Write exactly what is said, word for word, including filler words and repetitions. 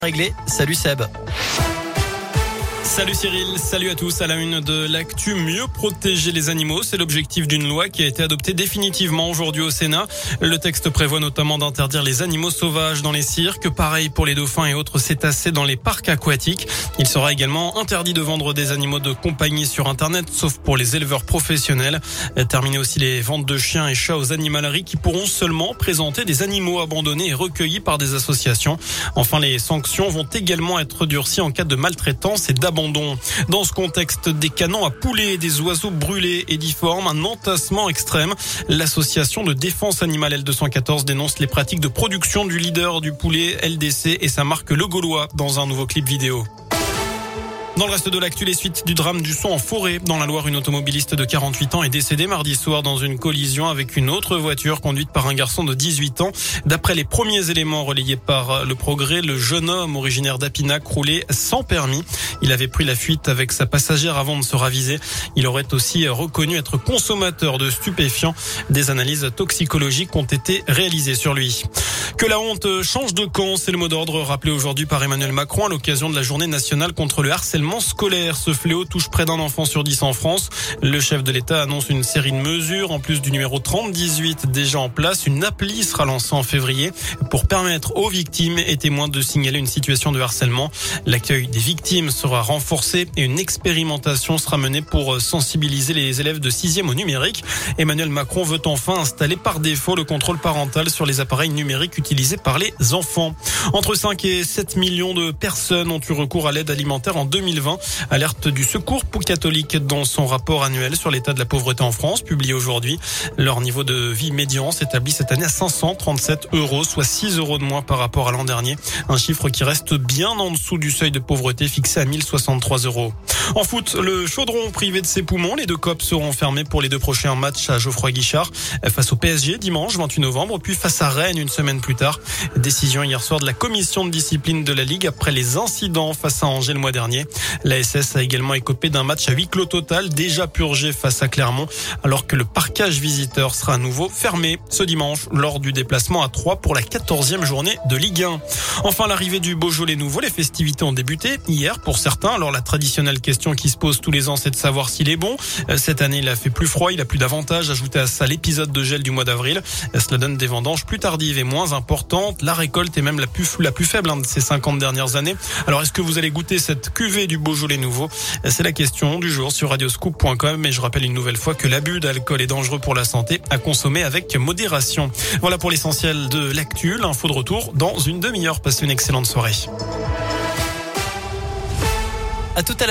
Réglé. Salut Seb. Salut Cyril, salut à tous. À la une de l'actu, mieux protéger les animaux, c'est l'objectif d'une loi qui a été adoptée définitivement aujourd'hui au Sénat. Le texte prévoit notamment d'interdire les animaux sauvages dans les cirques, pareil pour les dauphins et autres cétacés dans les parcs aquatiques. Il sera également interdit de vendre des animaux de compagnie sur Internet, sauf pour les éleveurs professionnels. Terminer aussi les ventes de chiens et chats aux animaleries qui pourront seulement présenter des animaux abandonnés et recueillis par des associations. Enfin, les sanctions vont également être durcies en cas de maltraitance et d'abandon. Dans ce contexte, des canons à poulets, des oiseaux brûlés et difformes, un entassement extrême. L'association de défense animale L deux cent quatorze dénonce les pratiques de production du leader du poulet L D C et sa marque Le Gaulois dans un nouveau clip vidéo. Dans le reste de l'actu, les suites du drame du son en forêt. Dans la Loire, une automobiliste de quarante-huit ans est décédée mardi soir dans une collision avec une autre voiture conduite par un garçon de dix-huit ans. D'après les premiers éléments relayés par Le Progrès, le jeune homme originaire d'Apinac roulait sans permis. Il avait pris la fuite avec sa passagère avant de se raviser. Il aurait aussi reconnu être consommateur de stupéfiants. Des analyses toxicologiques ont été réalisées sur lui. Que la honte change de camp, c'est le mot d'ordre rappelé aujourd'hui par Emmanuel Macron à l'occasion de la journée nationale contre le harcèlement scolaire. Ce fléau touche près d'un enfant sur dix en France. Le chef de l'État annonce une série de mesures. En plus du numéro trente dix-huit déjà en place, une appli sera lancée en février pour permettre aux victimes et témoins de signaler une situation de harcèlement. L'accueil des victimes sera renforcé et une expérimentation sera menée pour sensibiliser les élèves de sixième au numérique. Emmanuel Macron veut enfin installer par défaut le contrôle parental sur les appareils numériques utilisés par les enfants. Entre cinq et sept millions de personnes ont eu recours à l'aide alimentaire en deux mille vingt. Alerte du Secours catholique dans son rapport annuel sur l'état de la pauvreté en France, publié aujourd'hui. Leur niveau de vie médian s'établit cette année à cinq cent trente-sept euros, soit six euros de moins par rapport à l'an dernier. Un chiffre qui reste bien en dessous du seuil de pauvreté fixé à mille soixante-trois euros. En foot, le Chaudron privé de ses poumons. Les deux C O P seront fermés pour les deux prochains matchs à Geoffroy Guichard. Face au P S G dimanche vingt-huit novembre, puis face à Rennes une semaine plus tard. Décision hier soir de la commission de discipline de la Ligue après les incidents face à Angers le mois dernier. La S S a également écopé d'un match à huis clos total déjà purgé face à Clermont, alors que le parcage visiteur sera à nouveau fermé ce dimanche lors du déplacement à Troyes pour la quatorzième journée de Ligue un. Enfin, l'arrivée du Beaujolais nouveau, les festivités ont débuté hier pour certains. Alors la traditionnelle question qui se pose tous les ans, c'est de savoir s'il est bon. Cette année, il a fait plus froid, il a plus d'avantages. Ajoutez à ça l'épisode de gel du mois d'avril. Cela donne des vendanges plus tardives et moins importantes. La récolte est même la plus, la plus faible hein, de ces cinquante dernières années. Alors est-ce que vous allez goûter cette cuvée du Beaujolais nouveau? C'est la question du jour sur radioscoop point com. Mais je rappelle une nouvelle fois que l'abus d'alcool est dangereux pour la santé, à consommer avec modération. Voilà pour l'essentiel de l'actu. L'info de retour dans une demi-heure. Passez une excellente soirée. À tout à l'heure.